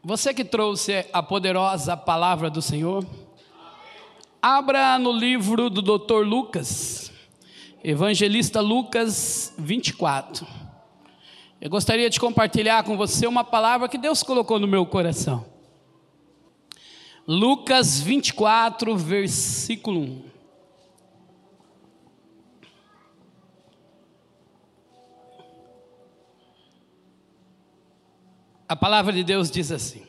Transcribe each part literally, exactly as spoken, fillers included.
Você que trouxe a poderosa palavra do Senhor, abra no livro do doutor Lucas, evangelista Lucas vinte e quatro. Eu gostaria de compartilhar com você uma palavra que Deus colocou no meu coração. Lucas vinte e quatro, versículo um. A palavra de Deus diz assim: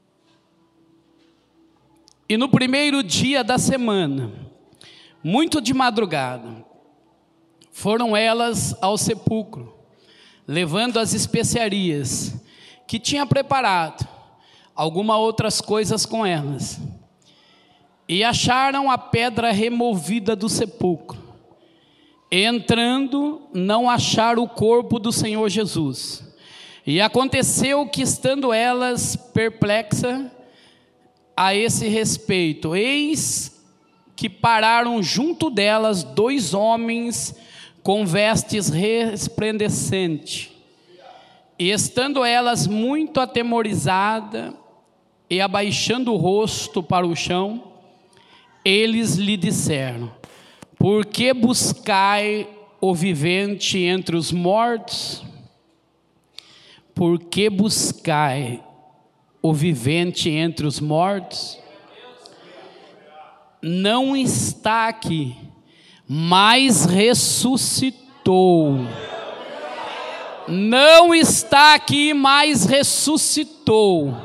e no primeiro dia da semana, muito de madrugada, foram elas ao sepulcro, levando as especiarias que tinha preparado, algumas outras coisas com elas, e acharam a pedra removida do sepulcro. E entrando, não acharam o corpo do Senhor Jesus. E aconteceu que, estando elas perplexas a esse respeito, eis que pararam junto delas dois homens com vestes resplandecentes. E estando elas muito atemorizadas e abaixando o rosto para o chão, eles lhe disseram: por que buscai o vivente entre os mortos? Por que buscai o vivente entre os mortos? Não está aqui, mas ressuscitou. Não está aqui, mas ressuscitou.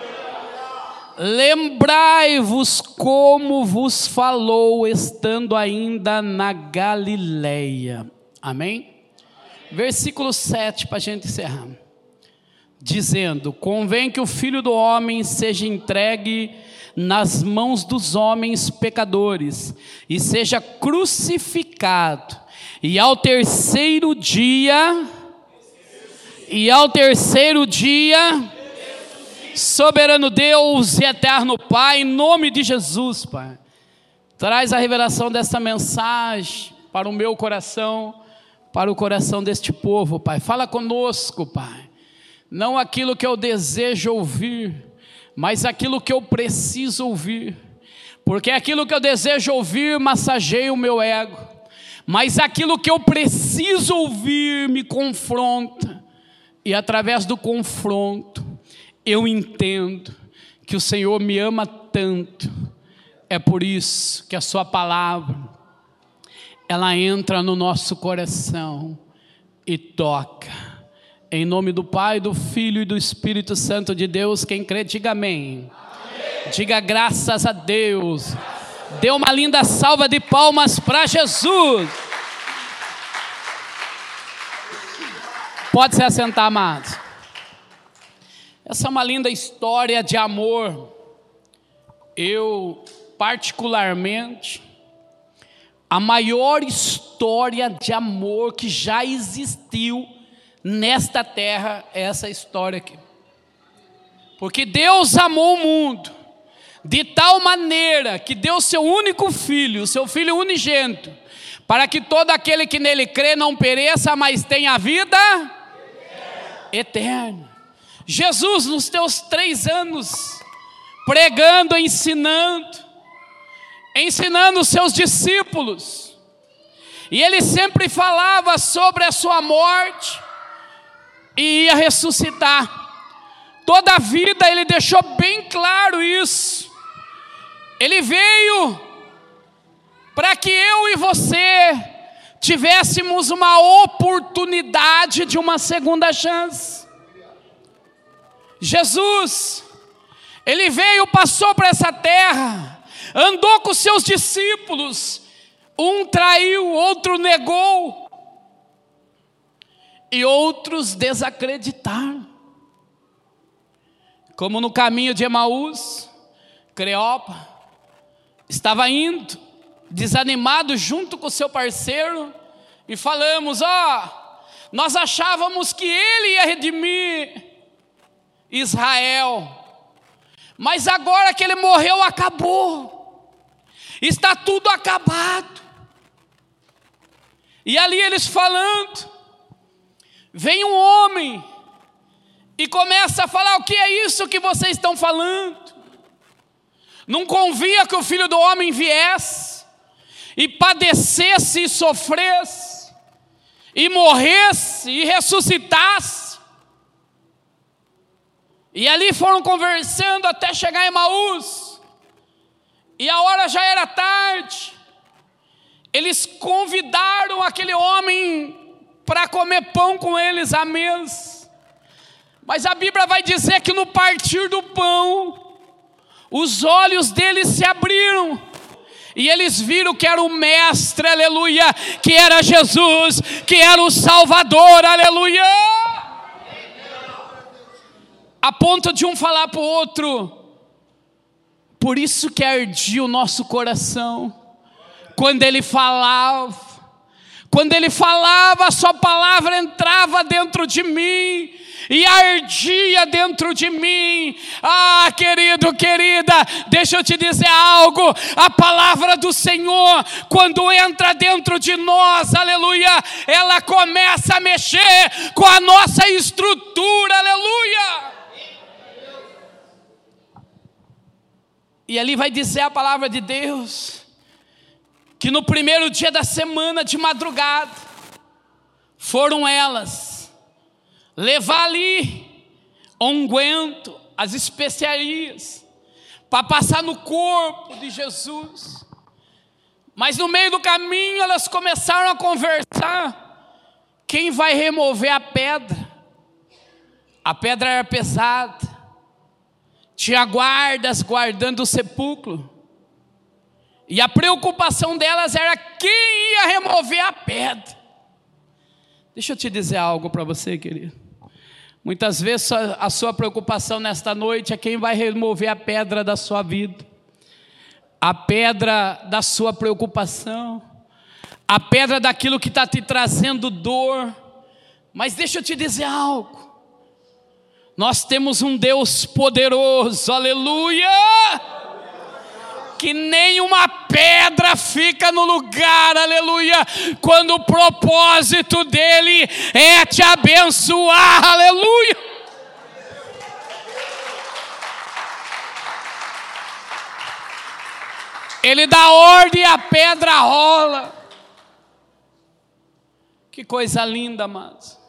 Lembrai-vos como vos falou, estando ainda na Galileia. Amém? Versículo sete, para a gente encerrar. Dizendo: convém que o Filho do Homem seja entregue nas mãos dos homens pecadores, e seja crucificado, e ao terceiro dia, e ao terceiro dia, soberano Deus e eterno Pai, em nome de Jesus, Pai, traz a revelação desta mensagem para o meu coração, para o coração deste povo, Pai. Fala conosco, Pai. Não aquilo que eu desejo ouvir, mas aquilo que eu preciso ouvir, porque aquilo que eu desejo ouvir massageia o meu ego, mas aquilo que eu preciso ouvir me confronta, e através do confronto eu entendo que o Senhor me ama tanto. É por isso que a sua palavra, ela entra no nosso coração e toca. Em nome do Pai, do Filho e do Espírito Santo de Deus, quem crê, diga amém. Amém. Diga graças a Deus. Graças. Dê uma linda salva de palmas para Jesus. Pode se assentar, amados. Essa é uma linda história de amor. Eu, particularmente, a maior história de amor que já existiu nesta terra é essa história aqui. Porque Deus amou o mundo de tal maneira que deu seu único filho, seu filho unigênito, para que todo aquele que nele crê não pereça, mas tenha a vida eterna. eterna. Jesus, nos teus três anos, pregando, ensinando, ensinando os seus discípulos, e ele sempre falava sobre a sua morte, e ia ressuscitar. Toda a vida ele deixou bem claro isso. Ele veio para que eu e você tivéssemos uma oportunidade de uma segunda chance. Jesus, ele veio, passou por essa terra, andou com seus discípulos, um traiu, outro negou, e outros desacreditaram. Como no caminho de Emaús, Cleopa estava indo, desanimado junto com seu parceiro, e falamos: ó, oh, nós achávamos que ele ia redimir Israel, mas agora que ele morreu, acabou, está tudo acabado. E ali eles falando, vem um homem e começa a falar: o que é isso que vocês estão falando? Não convinha que o Filho do Homem viesse e padecesse e sofresse e morresse e ressuscitasse? E ali foram conversando até chegar em Emaús, e a hora já era tarde. Eles convidaram aquele homem para comer pão com eles à mesa, mas a Bíblia vai dizer que no partir do pão, os olhos deles se abriram, e eles viram que era o Mestre, aleluia, que era Jesus, que era o Salvador, aleluia. A ponto de um falar para o outro: por isso que ardia o nosso coração, quando ele falava, quando ele falava, a sua palavra entrava dentro de mim, e ardia dentro de mim. Ah, querido, querida, deixa eu te dizer algo: a palavra do Senhor, quando entra dentro de nós, aleluia, ela começa a mexer com a nossa estrutura, aleluia. E ali vai dizer a palavra de Deus, que no primeiro dia da semana, de madrugada, foram elas levar ali unguento, as especiarias, para passar no corpo de Jesus. Mas no meio do caminho elas começaram a conversar: quem vai remover a pedra? A pedra era pesada, tinha guardas guardando o sepulcro, e a preocupação delas era quem ia remover a pedra. Deixa eu te dizer algo para você, querido. Muitas vezes a sua preocupação nesta noite é quem vai remover a pedra da sua vida, a pedra da sua preocupação, a pedra daquilo que está te trazendo dor. Mas deixa eu te dizer algo: nós temos um Deus poderoso, aleluia, que nenhuma pedra fica no lugar, aleluia, quando o propósito dele é te abençoar, aleluia. Ele dá ordem e a pedra rola. Que coisa linda, amados.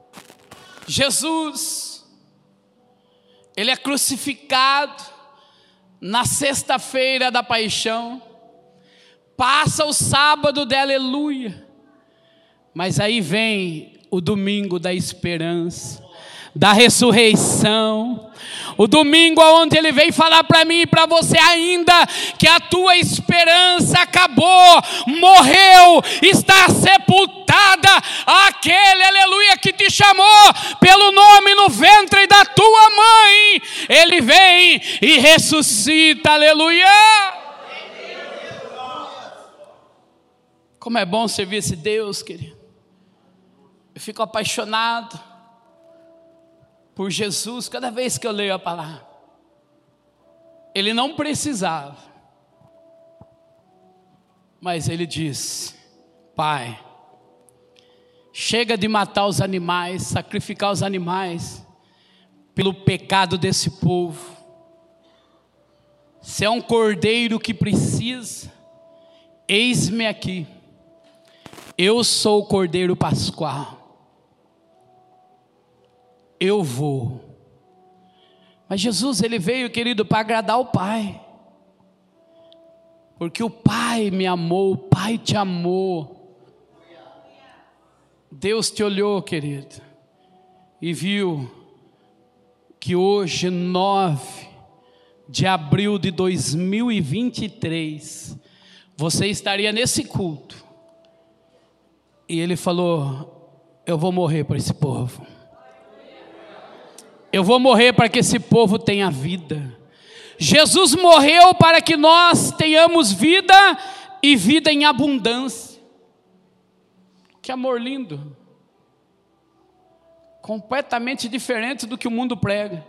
Jesus, ele é crucificado na sexta-feira da paixão, passa o sábado de aleluia, mas aí vem o domingo da esperança, da ressurreição, o domingo onde ele vem falar para mim e para você ainda que a tua esperança acabou, morreu, está sepultada. Aquele, aleluia, que te chamou pelo nome no ventre da tua mãe, ele vem e ressuscita, aleluia. Como é bom servir esse Deus, querido. Eu fico apaixonado por Jesus cada vez que eu leio a palavra. Ele não precisava, mas ele disse: Pai, chega de matar os animais, sacrificar os animais pelo pecado desse povo. Se é um cordeiro que precisa, eis-me aqui, eu sou o cordeiro pascual. Eu vou. Mas Jesus, ele veio, querido, para agradar o Pai, porque o Pai me amou, o Pai te amou. Deus te olhou, querido, e viu que hoje, nove de abril de dois mil e vinte e três, você estaria nesse culto, e ele falou: eu vou morrer por esse povo. Eu vou morrer para que esse povo tenha vida. Jesus morreu para que nós tenhamos vida e vida em abundância. Que amor lindo. Completamente diferente do que o mundo prega.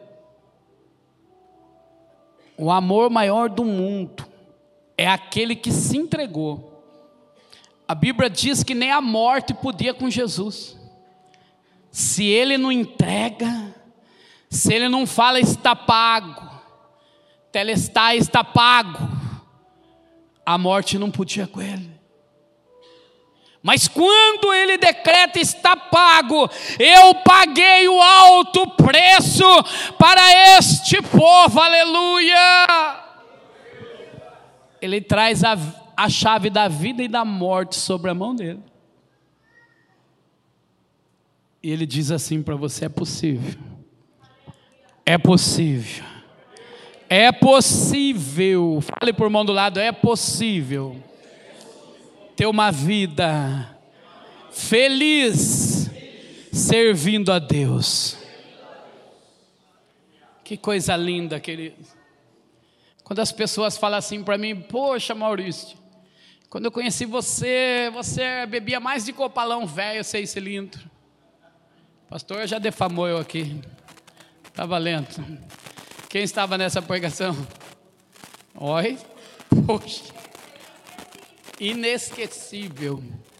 O amor maior do mundo é aquele que se entregou. A Bíblia diz que nem a morte podia com Jesus. Se ele não entrega, Se ele não fala, está pago. Telestai, está pago. A morte não podia com ele. Mas quando ele decreta, está pago, eu paguei o alto preço para este povo, aleluia. Ele traz a, a chave da vida e da morte sobre a mão dele. E ele diz assim para você: é possível. É possível. É possível. Fale por mão do lado: é possível ter uma vida feliz servindo a Deus. Que coisa linda, querido. Quando as pessoas falam assim para mim: poxa, Maurício, quando eu conheci você, você bebia mais de copalão velho, seis cilindros. Pastor já defamou eu aqui. Está valendo. Quem estava nessa pregação? Oi? Poxa. Inesquecível.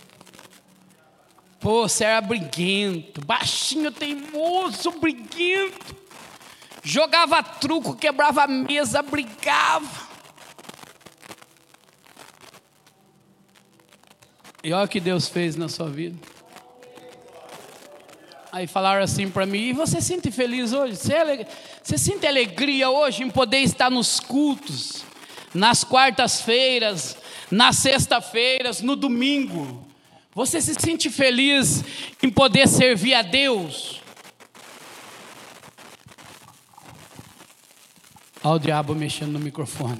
Pô, você era briguento, baixinho, teimoso, briguento. Jogava truco, quebrava a mesa, brigava. E olha o que Deus fez na sua vida. Aí falaram assim para mim: e você se sente feliz hoje? Você, é, você sente alegria hoje em poder estar nos cultos, nas quartas-feiras, nas sextas-feiras, no domingo? Você se sente feliz em poder servir a Deus? Olha o diabo mexendo no microfone.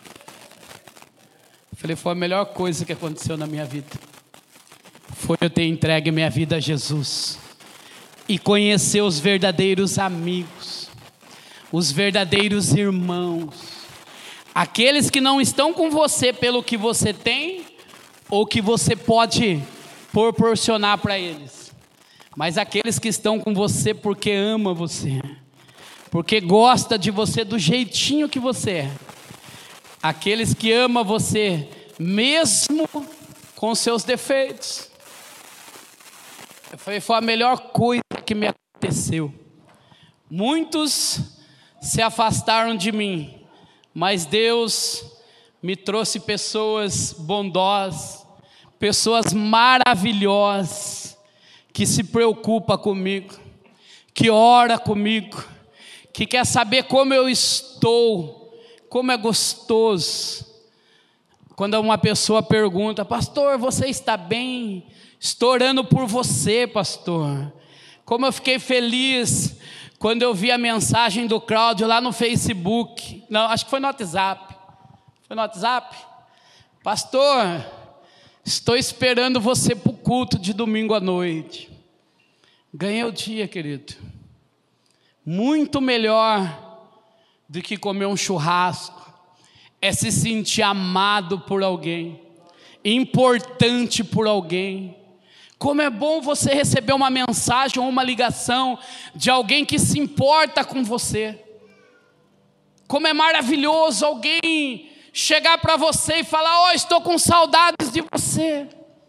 Eu falei: foi a melhor coisa que aconteceu na minha vida. Foi eu ter entregue minha vida a Jesus e conhecer os verdadeiros amigos, os verdadeiros irmãos, aqueles que não estão com você pelo que você tem ou que você pode proporcionar para eles, mas aqueles que estão com você porque ama você, porque gosta de você do jeitinho que você é, aqueles que amam você mesmo com seus defeitos. Eu falei: foi a melhor coisa que me aconteceu. Muitos se afastaram de mim, mas Deus me trouxe pessoas bondosas, pessoas maravilhosas, que se preocupam comigo, que ora comigo, que quer saber como eu estou, como é gostoso. Quando uma pessoa pergunta: pastor, você está bem? Estou orando por você, pastor. Como eu fiquei feliz quando eu vi a mensagem do Cláudio lá no Facebook. Não, acho que foi no WhatsApp. Foi no WhatsApp? Pastor, estou esperando você para o culto de domingo à noite. Ganhei o dia, querido. Muito melhor do que comer um churrasco é se sentir amado por alguém, importante por alguém. Como é bom você receber uma mensagem ou uma ligação de alguém que se importa com você. Como é maravilhoso alguém chegar para você e falar: ó, oh, estou com saudades de você.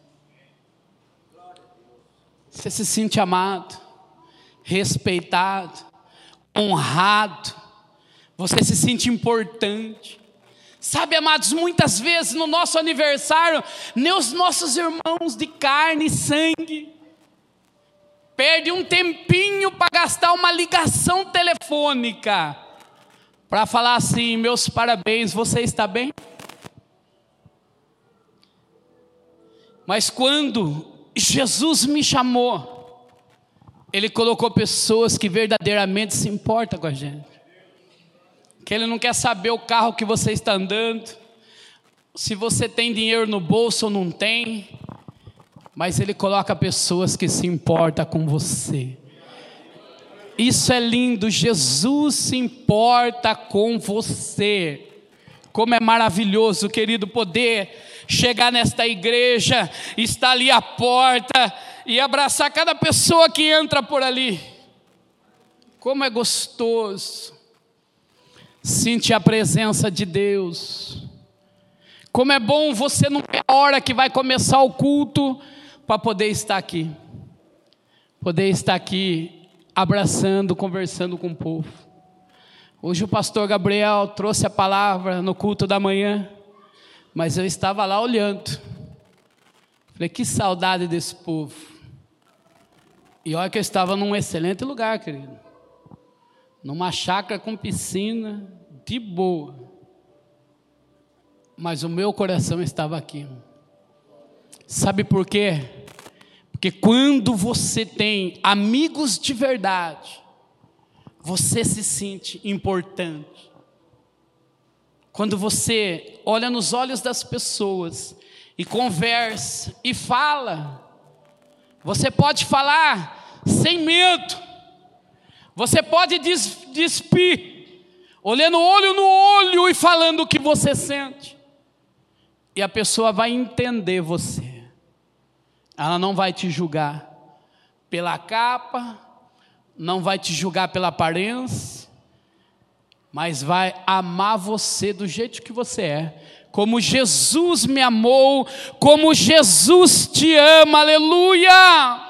Você se sente amado, respeitado, honrado. Você se sente importante. Sabe, amados, muitas vezes no nosso aniversário, nem os nossos irmãos de carne e sangue perdem um tempinho para gastar uma ligação telefônica, para falar assim: meus parabéns, você está bem? Mas quando Jesus me chamou, Ele colocou pessoas que verdadeiramente se importam com a gente. Que Ele não quer saber o carro que você está andando, se você tem dinheiro no bolso ou não tem, mas Ele coloca pessoas que se importam com você. Isso é lindo. Jesus se importa com você. Como é maravilhoso, querido, poder chegar nesta igreja, estar ali à porta e abraçar cada pessoa que entra por ali. Como é gostoso sentir a presença de Deus. Como é bom você não ter a hora que vai começar o culto para poder estar aqui. Poder estar aqui abraçando, conversando com o povo. Hoje o pastor Gabriel trouxe a palavra no culto da manhã, mas eu estava lá olhando. Falei, que saudade desse povo. E olha que eu estava num excelente lugar, querido. Numa chácara com piscina, de boa. Mas o meu coração estava aqui. Sabe por quê? Porque quando você tem amigos de verdade, você se sente importante. Quando você olha nos olhos das pessoas e conversa e fala, você pode falar sem medo, você pode des- despir, olhando olho no olho e falando o que você sente, e a pessoa vai entender você. Ela não vai te julgar pela capa, não vai te julgar pela aparência, mas vai amar você do jeito que você é, como Jesus me amou, como Jesus te ama, aleluia!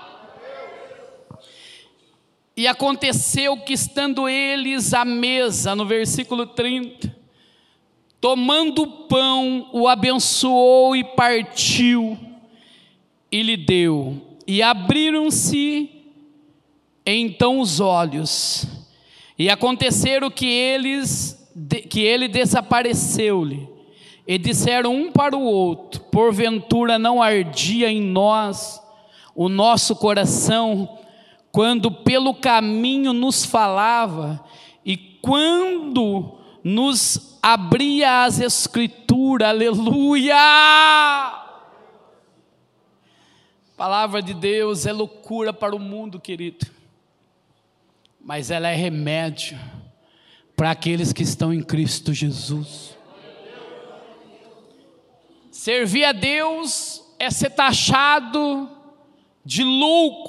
E aconteceu que estando eles à mesa, no versículo trinta, tomando o pão, o abençoou e partiu, e lhe deu, e abriram-se então os olhos, e aconteceram que eles, que ele desapareceu-lhe, e disseram um para o outro, porventura não ardia em nós o nosso coração, quando pelo caminho nos falava, e quando nos abria as escrituras, aleluia! Palavra de Deus é loucura para o mundo, querido, mas ela é remédio para aqueles que estão em Cristo Jesus. Servir a Deus é ser taxado de louco,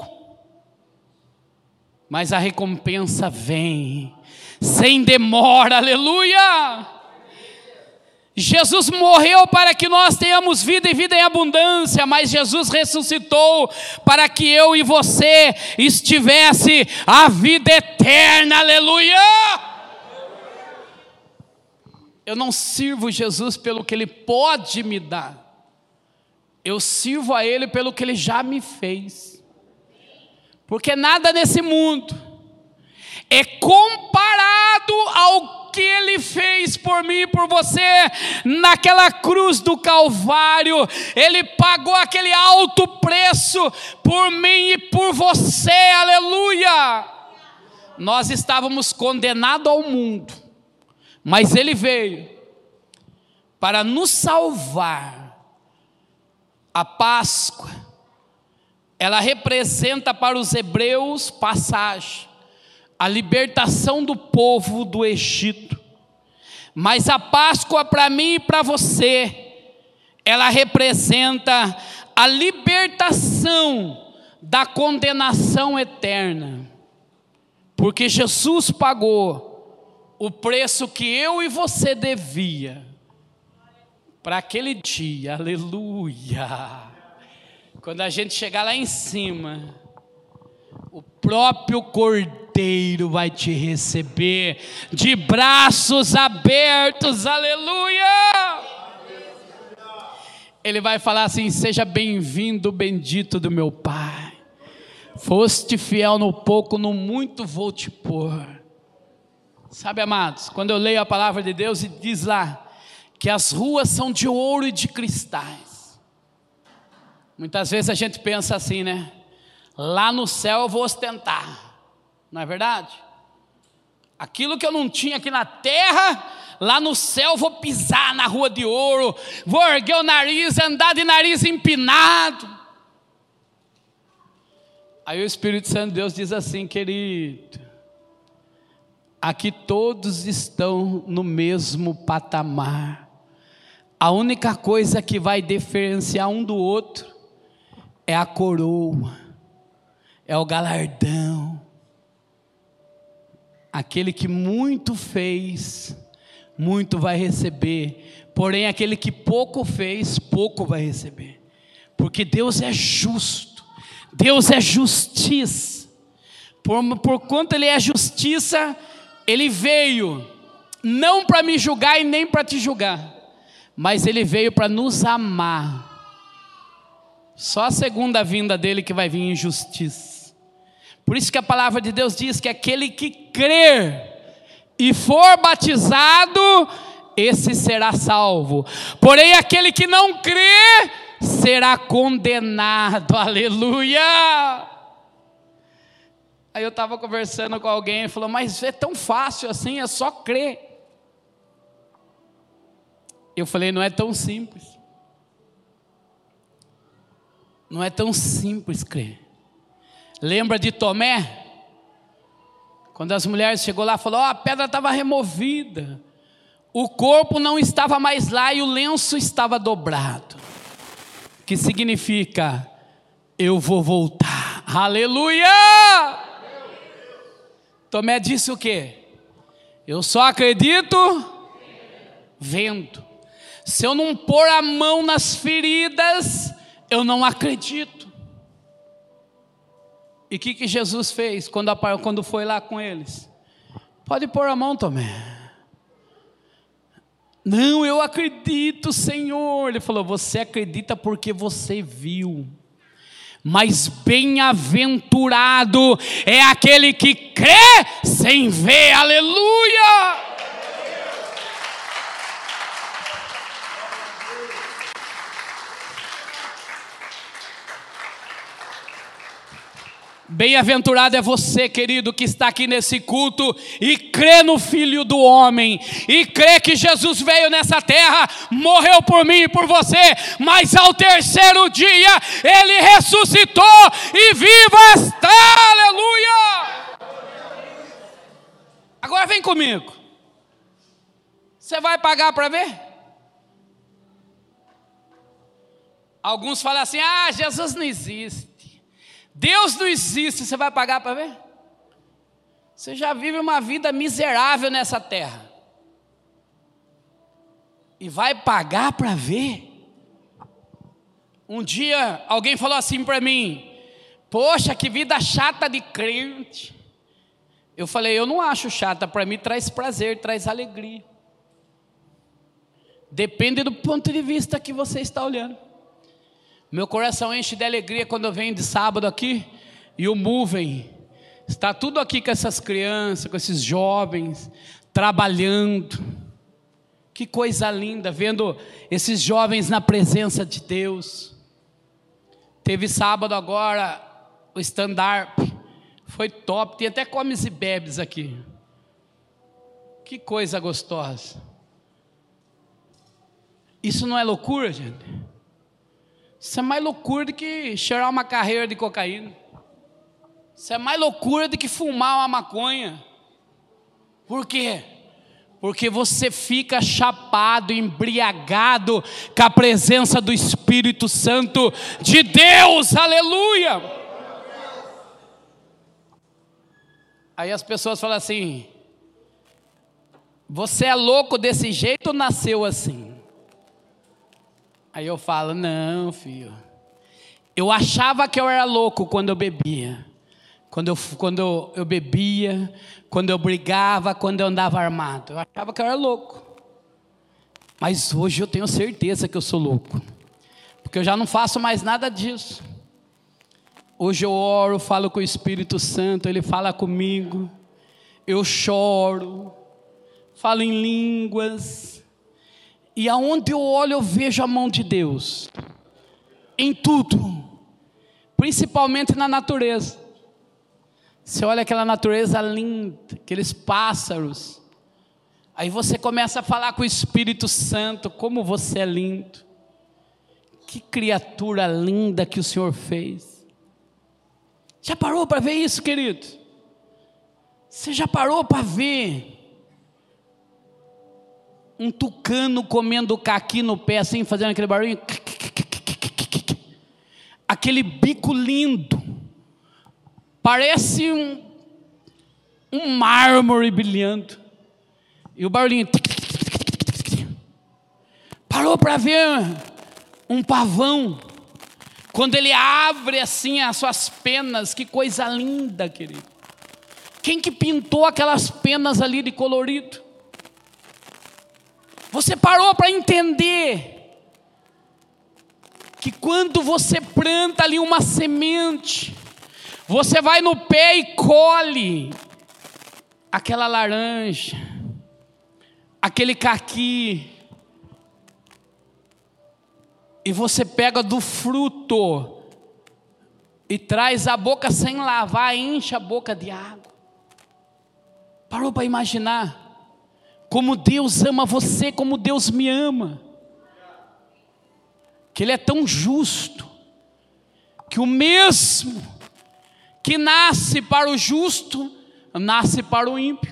mas a recompensa vem sem demora, aleluia! Jesus morreu para que nós tenhamos vida e vida em abundância, mas Jesus ressuscitou para que eu e você estivesse a vida eterna, aleluia! Eu não sirvo Jesus pelo que Ele pode me dar, eu sirvo a Ele pelo que Ele já me fez, porque nada nesse mundo é comparado ao que Ele fez por mim e por você, naquela cruz do Calvário. Ele pagou aquele alto preço por mim e por você, aleluia! Nós estávamos condenados ao mundo, mas Ele veio para nos salvar. A Páscoa, ela representa para os hebreus passagem, a libertação do povo do Egito, mas a Páscoa para mim e para você, ela representa a libertação da condenação eterna, porque Jesus pagou o preço que eu e você devia, para aquele dia, aleluia, quando a gente chegar lá em cima, o próprio Cordeiro vai te receber de braços abertos, aleluia! Ele vai falar assim: seja bem-vindo, bendito do meu Pai, foste fiel no pouco, no muito vou te pôr. Sabe, amados, quando eu leio a palavra de Deus e diz lá que as ruas são de ouro e de cristais, muitas vezes a gente pensa assim, né? Lá no céu eu vou ostentar, não é verdade? Aquilo que eu não tinha aqui na terra, lá no céu eu vou pisar na rua de ouro, vou erguer o nariz, andar de nariz empinado. Aí o Espírito Santo de Deus diz assim: querido, aqui todos estão no mesmo patamar, a única coisa que vai diferenciar um do outro é a coroa, é o galardão. Aquele que muito fez, muito vai receber, porém aquele que pouco fez, pouco vai receber, porque Deus é justo, Deus é justiça. por, por quanto Ele é justiça, Ele veio não para me julgar e nem para te julgar, mas Ele veio para nos amar. Só a segunda vinda dele que vai vir em justiça. Por isso que a palavra de Deus diz que aquele que crer e for batizado, esse será salvo. Porém aquele que não crê será condenado. Aleluia! Aí eu estava conversando com alguém e falou: mas é tão fácil assim, é só crer. Eu falei: não é tão simples. Não é tão simples crer. Lembra de Tomé? Quando as mulheres chegou lá, falou: ó, a pedra estava removida, o corpo não estava mais lá e o lenço estava dobrado. Que significa: eu vou voltar. Aleluia! Tomé disse o quê? Eu só acredito vendo. Se eu não pôr a mão nas feridas, eu não acredito. E o que, que Jesus fez quando, quando foi lá com eles? Pode pôr a mão, Tomé. Não, eu acredito, Senhor. Ele falou: você acredita porque você viu. Mas bem-aventurado é aquele que crê sem ver. Aleluia! Bem-aventurado é você, querido, que está aqui nesse culto e crê no Filho do Homem, e crê que Jesus veio nessa terra, morreu por mim e por você, mas ao terceiro dia Ele ressuscitou e vivo está. Aleluia! Agora vem comigo. Você vai pagar para ver? Alguns falam assim: ah, Jesus não existe, Deus não existe. Você vai pagar para ver? Você já vive uma vida miserável nessa terra e vai pagar para ver? Um dia alguém falou assim para mim: poxa, que vida chata de crente. Eu falei: eu não acho chata, para mim traz prazer, traz alegria. Depende do ponto de vista que você está olhando. Meu coração enche de alegria quando eu venho de sábado aqui e o Movem está tudo aqui com essas crianças, com esses jovens, trabalhando. Que coisa linda, vendo esses jovens na presença de Deus. Teve sábado agora o stand-up, foi top, tem até comes e bebes aqui. Que coisa gostosa. Isso não é loucura, gente? Isso é mais loucura do que cheirar uma carreira de cocaína. Isso é mais loucura do que fumar uma maconha. Por quê? Porque você fica chapado, embriagado com a presença do Espírito Santo de Deus. Aleluia! Aí as pessoas falam assim: você é louco desse jeito ou nasceu assim? Aí eu falo: não, filho, eu achava que eu era louco quando eu bebia, quando eu, quando eu bebia, quando eu brigava, quando eu andava armado, eu achava que eu era louco. Mas hoje eu tenho certeza que eu sou louco, porque eu já não faço mais nada disso. Hoje eu oro, falo com o Espírito Santo, Ele fala comigo, eu choro, falo em línguas, e aonde eu olho eu vejo a mão de Deus, em tudo, principalmente na natureza. Você olha aquela natureza linda, aqueles pássaros, aí você começa a falar com o Espírito Santo: como você é lindo, que criatura linda que o Senhor fez. Já parou para ver isso, querido? Você já parou para ver um tucano comendo caqui no pé, assim, fazendo aquele barulho, aquele bico lindo, parece um, um mármore brilhando, e o barulhinho. Parou para ver um pavão, quando ele abre assim as suas penas, que coisa linda, querido. Quem que pintou aquelas penas ali de colorido? Você parou para entender que quando você planta ali uma semente, você vai no pé e colhe aquela laranja, aquele caqui, e você pega do fruto e traz a boca sem lavar, enche a boca de água. Parou para imaginar como Deus ama você, como Deus me ama, que Ele é tão justo, que o mesmo que nasce para o justo, nasce para o ímpio.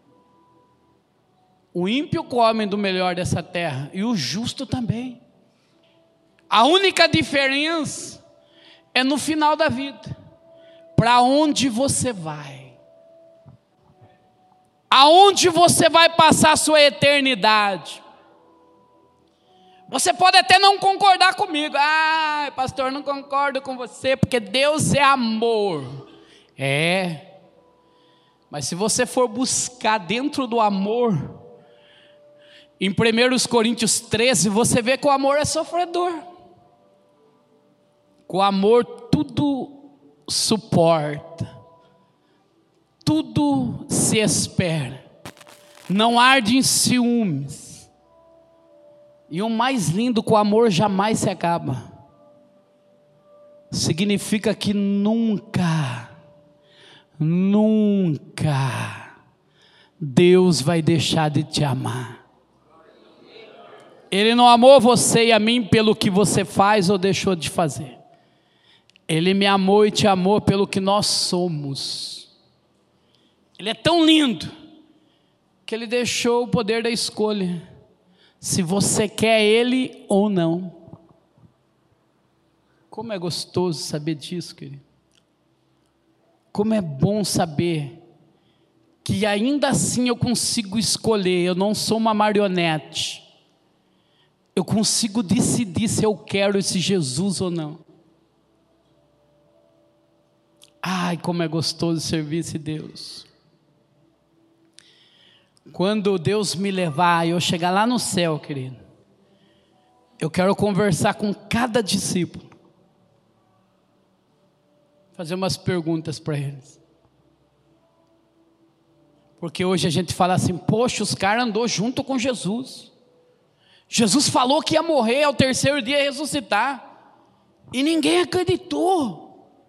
O ímpio come do melhor dessa terra, e o justo também. A única diferença é no final da vida, para onde você vai. Aonde você vai passar a sua eternidade? Você pode até não concordar comigo. Ah, pastor, não concordo com você, porque Deus é amor. É. Mas se você for buscar dentro do amor, em primeira Coríntios treze, você vê que o amor é sofredor. Com o amor tudo suporta, tudo se espera, não arde em ciúmes. E o mais lindo, com o amor jamais se acaba. Significa que nunca, nunca Deus vai deixar de te amar. Ele não amou você e a mim pelo que você faz ou deixou de fazer. Ele me amou e te amou pelo que nós somos. Ele é tão lindo que Ele deixou o poder da escolha, se você quer Ele ou não. Como é gostoso saber disso, querido. Como é bom saber que ainda assim eu consigo escolher. Eu não sou uma marionete. Eu consigo decidir se eu quero esse Jesus ou não. Ai, como é gostoso servir esse Deus. Quando Deus me levar e eu chegar lá no céu, querido, eu quero conversar com cada discípulo, fazer umas perguntas para eles. Porque hoje a gente fala assim, poxa, os caras andou junto com Jesus. Jesus falou que ia morrer, ao terceiro dia ia ressuscitar, e ninguém acreditou.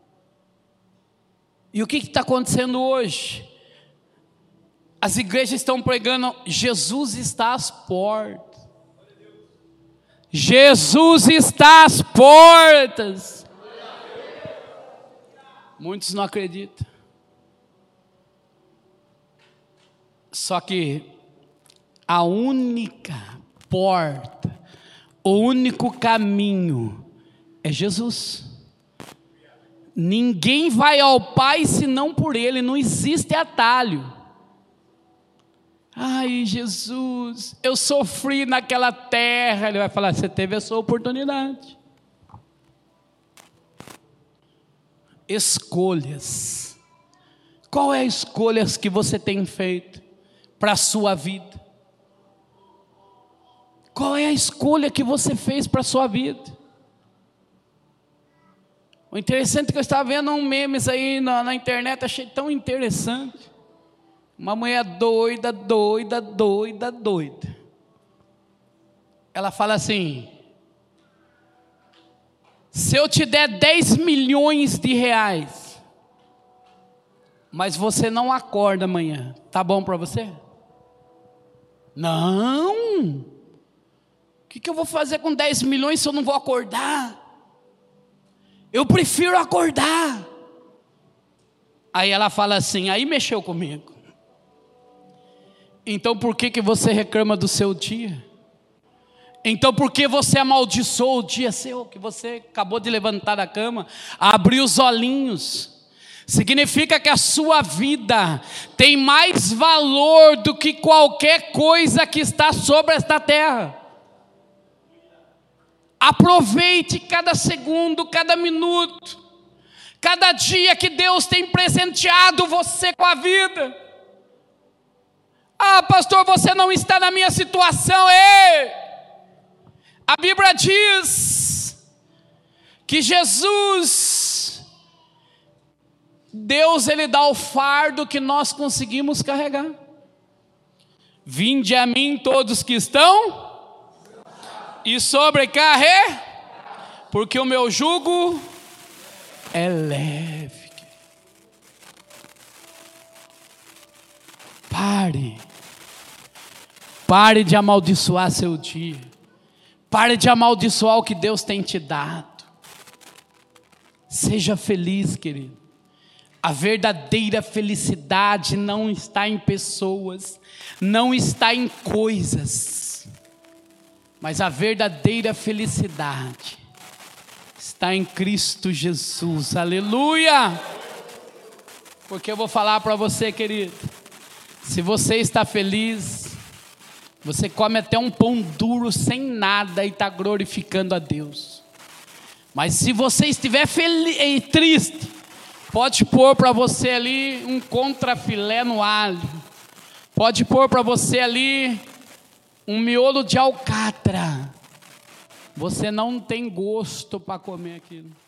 E o que está acontecendo hoje? As igrejas estão pregando, Jesus está às portas. Jesus está às portas. Muitos não acreditam. Só que a única porta, o único caminho é Jesus. Ninguém vai ao Pai senão por Ele, não existe atalho. Ai, Jesus, eu sofri naquela terra. Ele vai falar, você teve a sua oportunidade. Escolhas. Qual é a escolha que você tem feito para a sua vida? Qual é a escolha que você fez para a sua vida? O interessante é que eu estava vendo um memes aí na, na internet, achei tão interessante. Uma mulher doida, doida, doida, doida. Ela fala assim, se eu te der dez milhões de reais, mas você não acorda amanhã, tá bom para você? Não. O que, que eu vou fazer com dez milhões se eu não vou acordar? Eu prefiro acordar. Aí ela fala assim, aí mexeu comigo. Então por que, que você reclama do seu dia? Então por que você amaldiçoou o dia seu, que você acabou de levantar da cama, abriu os olhinhos? Significa que a sua vida tem mais valor do que qualquer coisa que está sobre esta terra. Aproveite cada segundo, cada minuto, cada dia que Deus tem presenteado você com a vida. Ah, pastor, você não está na minha situação. Ei! A Bíblia diz que Jesus, Deus, Ele dá o fardo que nós conseguimos carregar. Vinde a mim todos que estão e sobrecarregados, porque o meu jugo é leve. Pare, pare de amaldiçoar seu dia, pare de amaldiçoar o que Deus tem te dado. Seja feliz, querido. A verdadeira felicidade não está em pessoas, não está em coisas, mas a verdadeira felicidade está em Cristo Jesus. Aleluia! Porque eu vou falar para você, querido, se você está feliz, você come até um pão duro sem nada e está glorificando a Deus. Mas se você estiver feliz e triste, pode pôr para você ali um contrafilé no alho, pode pôr para você ali um miolo de alcatra, você não tem gosto para comer aquilo.